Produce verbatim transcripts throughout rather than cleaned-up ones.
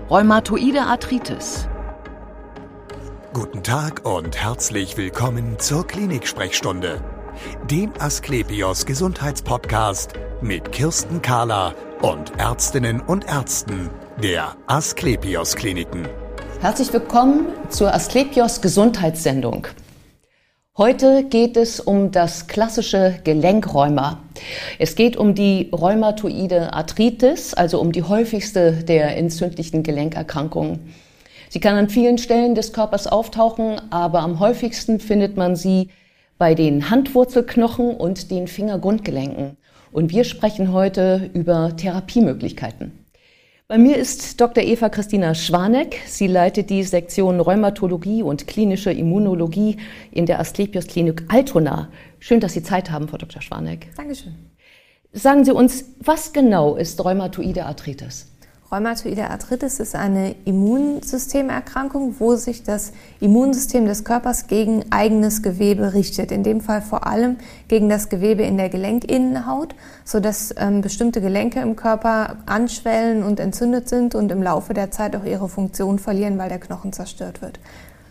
Rheumatoide Arthritis. Guten Tag und herzlich willkommen zur Klinik-Sprechstunde, dem Asklepios Gesundheitspodcast mit Kirsten Kahler und Ärztinnen und Ärzten der Asklepios Kliniken. Herzlich willkommen zur Asklepios Gesundheitssendung. Heute geht es um das klassische Gelenkrheuma. Es geht um die Rheumatoide Arthritis, also um die häufigste der entzündlichen Gelenkerkrankungen. Sie kann an vielen Stellen des Körpers auftauchen, aber am häufigsten findet man sie bei den Handwurzelknochen und den Fingergrundgelenken. Und wir sprechen heute über Therapiemöglichkeiten. Bei mir ist Doktor Eva Christina Schwaneck. Sie leitet die Sektion Rheumatologie und klinische Immunologie in der Asklepios Klinik Altona. Schön, dass Sie Zeit haben, Frau Doktor Schwaneck. Dankeschön. Sagen Sie uns, was genau ist Rheumatoide Arthritis? Rheumatoide Arthritis ist eine Immunsystemerkrankung, wo sich das Immunsystem des Körpers gegen eigenes Gewebe richtet. In dem Fall vor allem gegen das Gewebe in der Gelenkinnenhaut, sodass ähm, bestimmte Gelenke im Körper anschwellen und entzündet sind und im Laufe der Zeit auch ihre Funktion verlieren, weil der Knochen zerstört wird.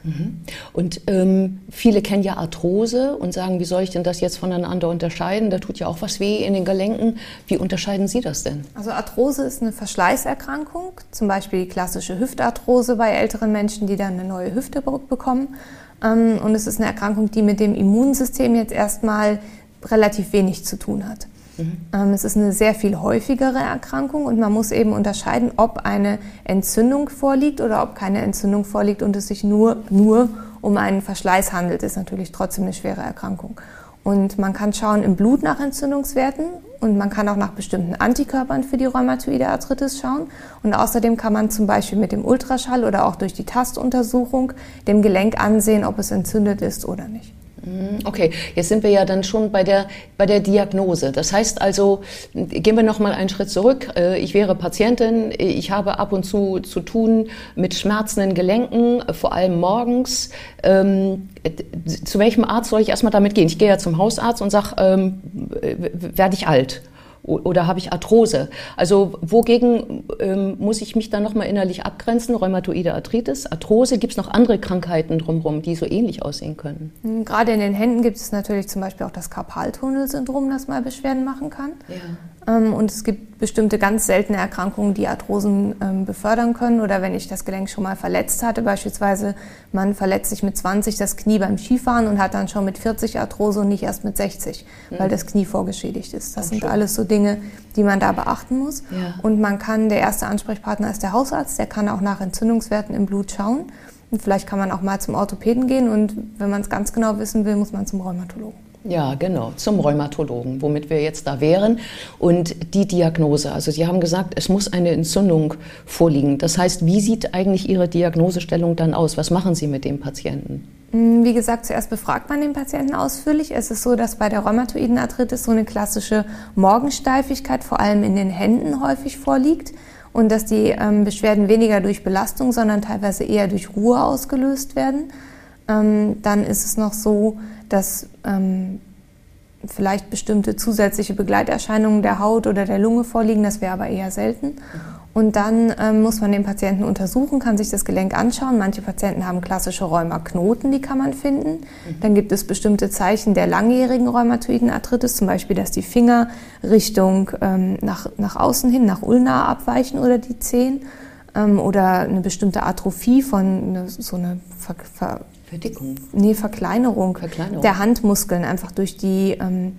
Und ähm, viele kennen ja Arthrose und sagen, wie soll ich denn das jetzt voneinander unterscheiden? Da tut ja auch was weh in den Gelenken. Wie unterscheiden Sie das denn? Also Arthrose ist eine Verschleißerkrankung, zum Beispiel die klassische Hüftarthrose bei älteren Menschen, die dann eine neue Hüfte bekommen. Ähm, und es ist eine Erkrankung, die mit dem Immunsystem jetzt erstmal relativ wenig zu tun hat. Mhm. Es ist eine sehr viel häufigere Erkrankung und man muss eben unterscheiden, ob eine Entzündung vorliegt oder ob keine Entzündung vorliegt und es sich nur, nur um einen Verschleiß handelt. Das ist natürlich trotzdem eine schwere Erkrankung. Und man kann schauen im Blut nach Entzündungswerten und man kann auch nach bestimmten Antikörpern für die Rheumatoide Arthritis schauen. Und außerdem kann man zum Beispiel mit dem Ultraschall oder auch durch die Tastuntersuchung dem Gelenk ansehen, ob es entzündet ist oder nicht. Okay, jetzt sind wir ja dann schon bei der, bei der Diagnose. Das heißt also, gehen wir noch mal einen Schritt zurück. Ich wäre Patientin, ich habe ab und zu zu tun mit schmerzenden Gelenken, vor allem morgens. Ähm, zu welchem Arzt soll ich erstmal damit gehen? Ich gehe ja zum Hausarzt und sage, ähm, werde ich alt? Oder habe ich Arthrose? Also wogegen ähm, muss ich mich dann nochmal innerlich abgrenzen? Rheumatoide Arthritis, Arthrose, gibt es noch andere Krankheiten drumherum, die so ähnlich aussehen können? Gerade in den Händen gibt es natürlich zum Beispiel auch das Karpaltunnelsyndrom, das mal Beschwerden machen kann. Ja. Ähm, und es gibt bestimmte ganz seltene Erkrankungen, die Arthrosen ähm, befördern können. Oder wenn ich das Gelenk schon mal verletzt hatte, beispielsweise man verletzt sich mit zwanzig das Knie beim Skifahren und hat dann schon mit vierzig Arthrose und nicht erst mit sechzig, mhm. weil das Knie vorgeschädigt ist. Das oh, sind schön. Alles so Dinge, die man da beachten muss. Ja. Und man kann, der erste Ansprechpartner ist der Hausarzt, der kann auch nach Entzündungswerten im Blut schauen. Und vielleicht kann man auch mal zum Orthopäden gehen und wenn man es ganz genau wissen will, muss man zum Rheumatologen. Ja, genau, zum Rheumatologen, womit wir jetzt da wären. Und die Diagnose, also Sie haben gesagt, es muss eine Entzündung vorliegen. Das heißt, wie sieht eigentlich Ihre Diagnosestellung dann aus? Was machen Sie mit dem Patienten? Wie gesagt, zuerst befragt man den Patienten ausführlich. Es ist so, dass bei der Rheumatoiden Arthritis so eine klassische Morgensteifigkeit vor allem in den Händen häufig vorliegt und dass die ähm, Beschwerden weniger durch Belastung, sondern teilweise eher durch Ruhe ausgelöst werden. Ähm, dann ist es noch so, dass ähm, vielleicht bestimmte zusätzliche Begleiterscheinungen der Haut oder der Lunge vorliegen, das wäre aber eher selten. Und dann ähm, muss man den Patienten untersuchen, kann sich das Gelenk anschauen. Manche Patienten haben klassische Rheumaknoten, die kann man finden. Mhm. Dann gibt es bestimmte Zeichen der langjährigen Rheumatoiden Arthritis, zum Beispiel, dass die Finger Richtung ähm, nach, nach außen hin, nach ulnar abweichen oder die Zehen. Ähm, oder eine bestimmte Atrophie von eine, so eine Ver, Ver, Verdickung? Nee, Verkleinerung, Verkleinerung der Handmuskeln, einfach durch die... Ähm,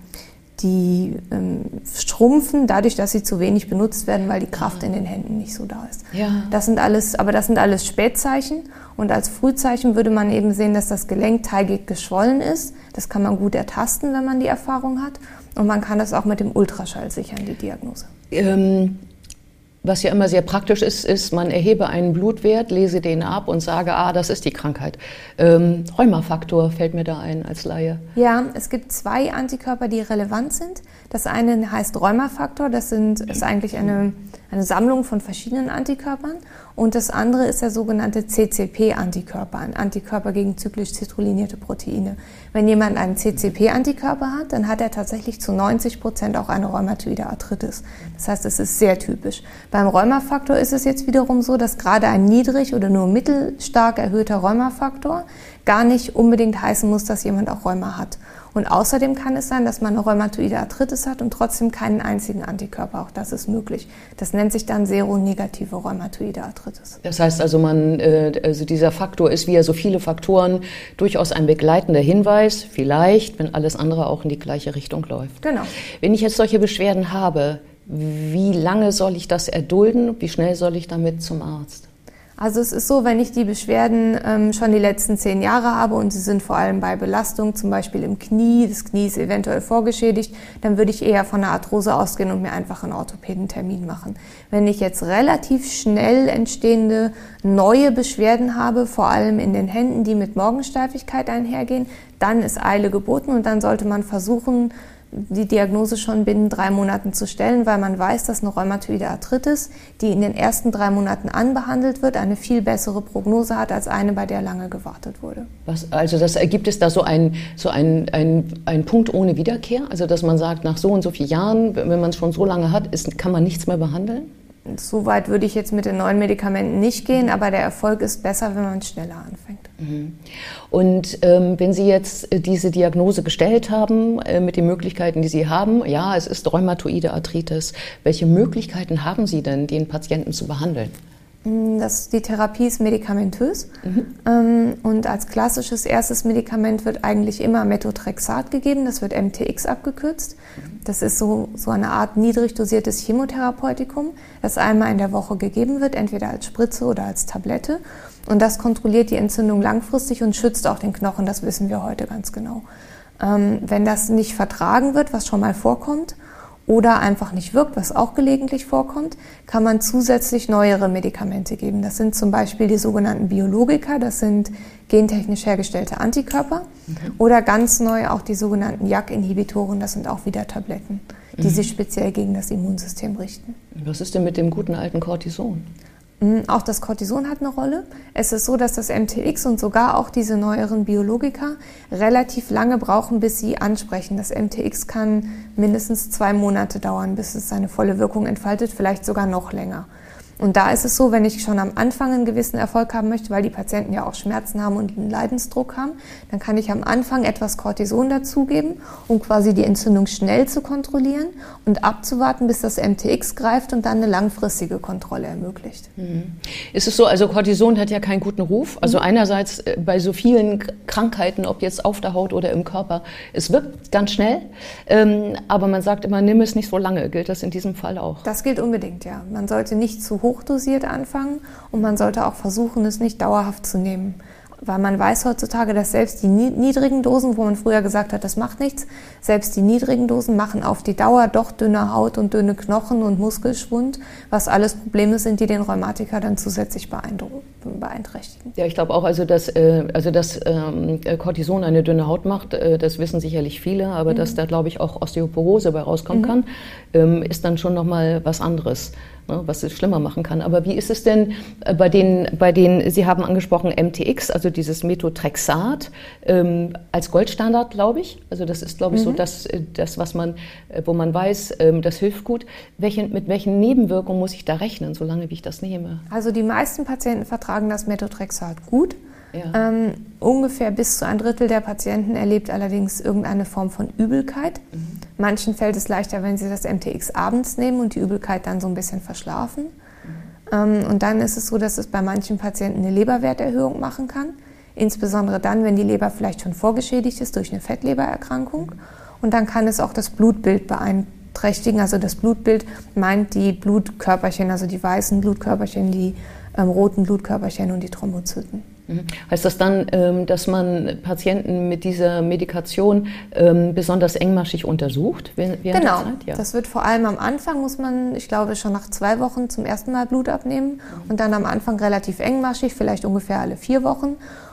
die ähm, schrumpfen, dadurch, dass sie zu wenig benutzt werden, weil die Kraft in den Händen nicht so da ist. Ja. Das sind alles, aber das sind alles Spätzeichen und als Frühzeichen würde man eben sehen, dass das Gelenk teigig geschwollen ist. Das kann man gut ertasten, wenn man die Erfahrung hat und man kann das auch mit dem Ultraschall sichern, die Diagnose. Ähm Was ja immer sehr praktisch ist, ist, man erhebe einen Blutwert, lese den ab und sage, ah, das ist die Krankheit. Ähm, Rheumafaktor fällt mir da ein als Laie. Ja, es gibt zwei Antikörper, die relevant sind. Das eine heißt Rheumafaktor, das sind, ist eigentlich eine, eine Sammlung von verschiedenen Antikörpern. Und das andere ist der sogenannte C C P-Antikörper, ein Antikörper gegen zyklisch citrullinierte Proteine. Wenn jemand einen C C P-Antikörper hat, dann hat er tatsächlich zu neunzig Prozent auch eine rheumatoide Arthritis. Das heißt, es ist sehr typisch. Beim Rheumafaktor ist es jetzt wiederum so, dass gerade ein niedrig oder nur mittelstark erhöhter Rheumafaktor gar nicht unbedingt heißen muss, dass jemand auch Rheuma hat. Und außerdem kann es sein, dass man eine rheumatoide Arthritis hat und trotzdem keinen einzigen Antikörper. Auch das ist möglich. Das nennt sich dann seronegative rheumatoide Arthritis. Das heißt also, man, also dieser Faktor ist wie ja so viele Faktoren durchaus ein begleitender Hinweis, vielleicht, wenn alles andere auch in die gleiche Richtung läuft. Genau. Wenn ich jetzt solche Beschwerden habe, wie lange soll ich das erdulden? Wie schnell soll ich damit zum Arzt? Also es ist so, wenn ich die Beschwerden ähm, schon die letzten zehn Jahre habe und sie sind vor allem bei Belastung, zum Beispiel im Knie, das Knie ist eventuell vorgeschädigt, dann würde ich eher von einer Arthrose ausgehen und mir einfach einen Orthopädentermin machen. Wenn ich jetzt relativ schnell entstehende neue Beschwerden habe, vor allem in den Händen, die mit Morgensteifigkeit einhergehen, dann ist Eile geboten und dann sollte man versuchen, die Diagnose schon binnen drei Monaten zu stellen, weil man weiß, dass eine rheumatoide Arthritis, die in den ersten drei Monaten anbehandelt wird, eine viel bessere Prognose hat als eine, bei der lange gewartet wurde. Was, also das, gibt es da so einen so ein, ein, ein Punkt ohne Wiederkehr? Also dass man sagt, nach so und so vielen Jahren, wenn man es schon so lange hat, ist, kann man nichts mehr behandeln? So weit würde ich jetzt mit den neuen Medikamenten nicht gehen, aber der Erfolg ist besser, wenn man schneller anfängt. Und ähm, wenn Sie jetzt äh, diese Diagnose gestellt haben, äh, mit den Möglichkeiten, die Sie haben, ja, es ist rheumatoide Arthritis, welche Möglichkeiten haben Sie denn, den Patienten zu behandeln? Das, die Therapie ist medikamentös mhm. ähm, und als klassisches erstes Medikament wird eigentlich immer Methotrexat gegeben, das wird M T X abgekürzt. Das ist so, so eine Art niedrig dosiertes Chemotherapeutikum, das einmal in der Woche gegeben wird, entweder als Spritze oder als Tablette. Und das kontrolliert die Entzündung langfristig und schützt auch den Knochen, das wissen wir heute ganz genau. Ähm, wenn das nicht vertragen wird, was schon mal vorkommt, oder einfach nicht wirkt, was auch gelegentlich vorkommt, kann man zusätzlich neuere Medikamente geben. Das sind zum Beispiel die sogenannten Biologika, das sind gentechnisch hergestellte Antikörper. Mhm. Oder ganz neu auch die sogenannten J A K-Inhibitoren, das sind auch wieder Tabletten, die mhm. sich speziell gegen das Immunsystem richten. Was ist denn mit dem guten alten Cortison? Auch das Cortison hat eine Rolle. Es ist so, dass das M T X und sogar auch diese neueren Biologika relativ lange brauchen, bis sie ansprechen. Das M T X kann mindestens zwei Monate dauern, bis es seine volle Wirkung entfaltet, vielleicht sogar noch länger. Und da ist es so, wenn ich schon am Anfang einen gewissen Erfolg haben möchte, weil die Patienten ja auch Schmerzen haben und einen Leidensdruck haben, dann kann ich am Anfang etwas Cortison dazugeben, um quasi die Entzündung schnell zu kontrollieren und abzuwarten, bis das M T X greift und dann eine langfristige Kontrolle ermöglicht. Mhm. Ist es so, also Cortison hat ja keinen guten Ruf. Also mhm. einerseits bei so vielen Krankheiten, ob jetzt auf der Haut oder im Körper, es wirkt ganz schnell, ähm, aber man sagt immer, nimm es nicht so lange. Gilt das in diesem Fall auch? Das gilt unbedingt, ja. Man sollte nicht zu hoch hochdosiert anfangen und man sollte auch versuchen, es nicht dauerhaft zu nehmen. Weil man weiß heutzutage, dass selbst die niedrigen Dosen, wo man früher gesagt hat, das macht nichts, selbst die niedrigen Dosen machen auf die Dauer doch dünne Haut und dünne Knochen und Muskelschwund, was alles Probleme sind, die den Rheumatiker dann zusätzlich beeinträchtigen. Ja, ich glaube auch, also dass, also dass ähm, Cortison eine dünne Haut macht, äh, das wissen sicherlich viele, aber mhm. dass da, glaube ich, auch Osteoporose bei rauskommen mhm. kann, ähm, ist dann schon nochmal was anderes, ne, was es schlimmer machen kann. Aber wie ist es denn bei den, bei den, Sie haben angesprochen M T X, also dieses Methotrexat ähm, als Goldstandard, glaube ich. Also das ist, glaube ich, mhm. so das, das, was man, wo man weiß, ähm, das hilft gut. Welche, mit welchen Nebenwirkungen muss ich da rechnen, solange wie ich das nehme? Also die meisten Patienten vertragen das Methotrexat gut. Ja. Ähm, ungefähr bis zu ein Drittel der Patienten erlebt allerdings irgendeine Form von Übelkeit. Mhm. Manchen fällt es leichter, wenn sie das M T X abends nehmen und die Übelkeit dann so ein bisschen verschlafen. Mhm. Und dann ist es so, dass es bei manchen Patienten eine Leberwerterhöhung machen kann, insbesondere dann, wenn die Leber vielleicht schon vorgeschädigt ist durch eine Fettlebererkrankung. Und dann kann es auch das Blutbild beeinträchtigen. Also das Blutbild meint die Blutkörperchen, also die weißen Blutkörperchen, die ähm, roten Blutkörperchen und die Thrombozyten. Heißt das dann, dass man Patienten mit dieser Medikation besonders engmaschig untersucht während genau. der Zeit? Ja. Das wird vor allem am Anfang, muss man, ich glaube, schon nach zwei Wochen zum ersten Mal Blut abnehmen und dann am Anfang relativ engmaschig, vielleicht ungefähr alle vier Wochen.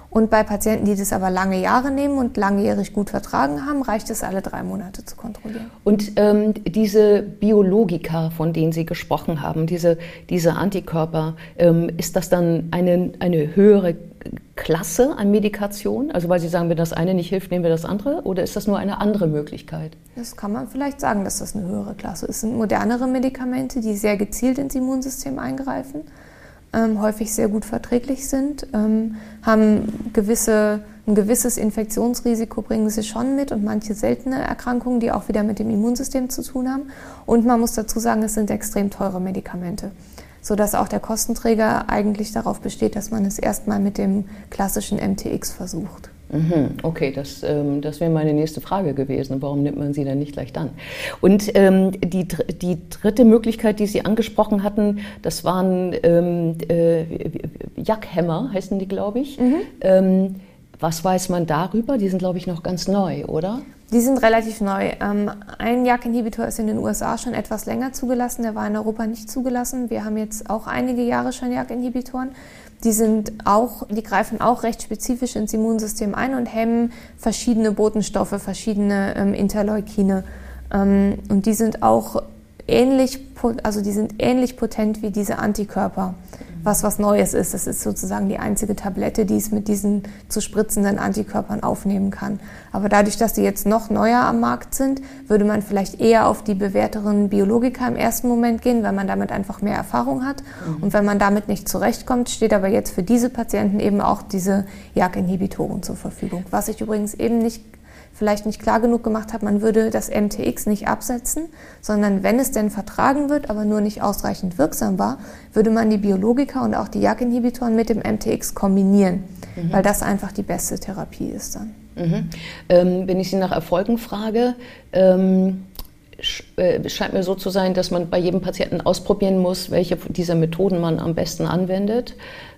Und bei Patienten, die das aber lange Jahre nehmen und langjährig gut vertragen haben, reicht es, alle drei Monate zu kontrollieren. Und ähm, diese Biologika, von denen Sie gesprochen haben, diese, diese Antikörper, ähm, ist das dann eine, eine höhere Klasse an Medikation? Also weil Sie sagen, wenn das eine nicht hilft, nehmen wir das andere? Oder ist das nur eine andere Möglichkeit? Das kann man vielleicht sagen, dass das eine höhere Klasse ist. Es sind modernere Medikamente, die sehr gezielt ins Immunsystem eingreifen. Ähm, häufig sehr gut verträglich sind, ähm, haben gewisse, ein gewisses Infektionsrisiko, bringen sie schon mit und manche seltene Erkrankungen, die auch wieder mit dem Immunsystem zu tun haben. Und man muss dazu sagen, es sind extrem teure Medikamente, sodass auch der Kostenträger eigentlich darauf besteht, dass man es erstmal mit dem klassischen M T X versucht. Okay, das, ähm, das wäre meine nächste Frage gewesen. Warum nimmt man sie dann nicht gleich dann? Und ähm, die, die dritte Möglichkeit, die Sie angesprochen hatten, das waren ähm, äh, Jackhämmer, heißen die, glaube ich. Mhm. Ähm, was weiß man darüber? Die sind, glaube ich, noch ganz neu, oder? Die sind relativ neu. Ähm, ein J A K-Inhibitor ist in den U S A schon etwas länger zugelassen, der war in Europa nicht zugelassen. Wir haben jetzt auch einige Jahre schon J A K-Inhibitoren. Die sind auch, die greifen auch recht spezifisch ins Immunsystem ein und hemmen verschiedene Botenstoffe, verschiedene ähm, Interleukine. Ähm, und die sind auch ähnlich, also die sind ähnlich potent wie diese Antikörper, was was Neues ist. Das ist sozusagen die einzige Tablette, die es mit diesen zu spritzenden Antikörpern aufnehmen kann. Aber dadurch, dass die jetzt noch neuer am Markt sind, würde man vielleicht eher auf die bewährteren Biologika im ersten Moment gehen, weil man damit einfach mehr Erfahrung hat. Mhm. Und wenn man damit nicht zurechtkommt, steht aber jetzt für diese Patienten eben auch diese J A K-Inhibitoren zur Verfügung. Was ich übrigens eben nicht vielleicht nicht klar genug gemacht habe, man würde das M T X nicht absetzen, sondern wenn es denn vertragen wird, aber nur nicht ausreichend wirksam war, würde man die Biologika und auch die J A K-Inhibitoren mit dem M T X kombinieren, mhm. weil das einfach die beste Therapie ist dann. Mhm. Ähm, wenn ich Sie nach Erfolgen frage, ähm, äh, scheint mir so zu sein, dass man bei jedem Patienten ausprobieren muss, welche dieser Methoden man am besten anwendet,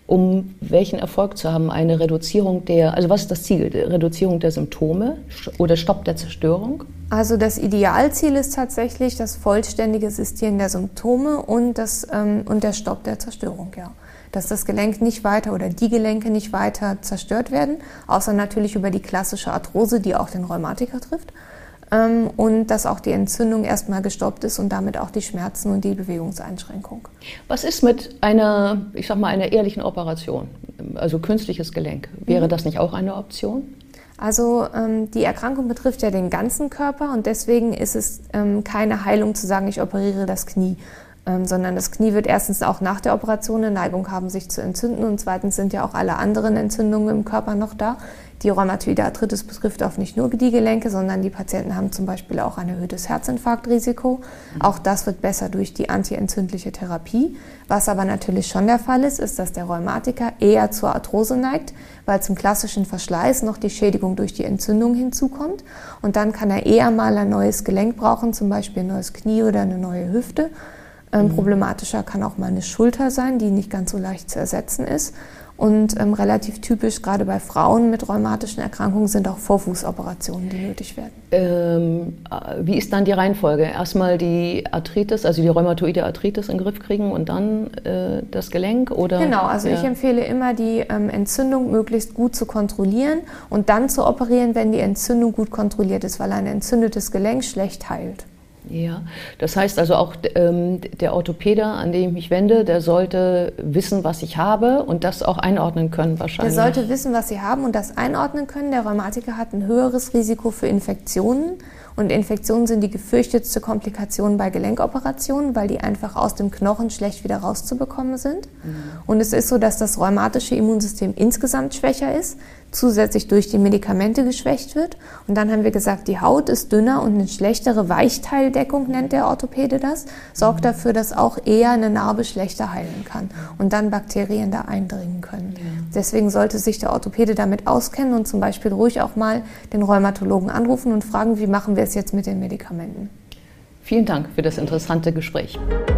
um welchen Erfolg zu haben? Eine Reduzierung der, also was ist das Ziel? Die Reduzierung der Symptome oder Stopp der Zerstörung? Also das Idealziel ist tatsächlich das vollständige Sistieren der Symptome und, das, ähm, und der Stopp der Zerstörung, ja. Dass das Gelenk nicht weiter oder die Gelenke nicht weiter zerstört werden, außer natürlich über die klassische Arthrose, die auch den Rheumatiker trifft. Ähm, und dass auch die Entzündung erstmal gestoppt ist und damit auch die Schmerzen und die Bewegungseinschränkung. Was ist mit einer, ich sag mal, einer ehrlichen Operation, also künstliches Gelenk? Wäre das nicht auch eine Option? Also ähm, die Erkrankung betrifft ja den ganzen Körper und deswegen ist es ähm, keine Heilung zu sagen, ich operiere das Knie. Ähm, sondern das Knie wird erstens auch nach der Operation eine Neigung haben, sich zu entzünden und zweitens sind ja auch alle anderen Entzündungen im Körper noch da. Die rheumatoide Arthritis betrifft auch nicht nur die Gelenke, sondern die Patienten haben zum Beispiel auch ein erhöhtes Herzinfarktrisiko. Mhm. Auch das wird besser durch die antientzündliche Therapie. Was aber natürlich schon der Fall ist, ist, dass der Rheumatiker eher zur Arthrose neigt, weil zum klassischen Verschleiß noch die Schädigung durch die Entzündung hinzukommt. Und dann kann er eher mal ein neues Gelenk brauchen, zum Beispiel ein neues Knie oder eine neue Hüfte. Ähm, mhm. Problematischer kann auch mal eine Schulter sein, die nicht ganz so leicht zu ersetzen ist. Und ähm, relativ typisch, gerade bei Frauen mit rheumatischen Erkrankungen, sind auch Vorfußoperationen, die nötig werden. Ähm, wie ist dann die Reihenfolge? Erstmal die Arthritis, also die rheumatoide Arthritis in den Griff kriegen und dann äh, das Gelenk? Oder? Genau, also ja. ich empfehle immer, die ähm, Entzündung möglichst gut zu kontrollieren und dann zu operieren, wenn die Entzündung gut kontrolliert ist, weil ein entzündetes Gelenk schlecht heilt. Ja, das heißt also auch ähm, der Orthopäde, an den ich mich wende, der sollte wissen, was ich habe und das auch einordnen können wahrscheinlich. Der sollte wissen, was Sie haben und das einordnen können. Der Rheumatiker hat ein höheres Risiko für Infektionen und Infektionen sind die gefürchtetste Komplikation bei Gelenkoperationen, weil die einfach aus dem Knochen schlecht wieder rauszubekommen sind. Mhm. Und es ist so, dass das rheumatische Immunsystem insgesamt schwächer ist, zusätzlich durch die Medikamente geschwächt wird. Und dann haben wir gesagt, die Haut ist dünner und eine schlechtere Weichteildeckung, nennt der Orthopäde das, sorgt dafür, dass auch eher eine Narbe schlechter heilen kann und dann Bakterien da eindringen können. Ja. Deswegen sollte sich der Orthopäde damit auskennen und zum Beispiel ruhig auch mal den Rheumatologen anrufen und fragen, wie machen wir es jetzt mit den Medikamenten. Vielen Dank für das interessante Gespräch.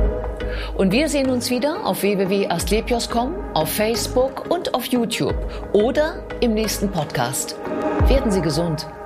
Und wir sehen uns wieder auf w w w punkt asklepios punkt com, auf Facebook und auf YouTube oder im nächsten Podcast. Werden Sie gesund!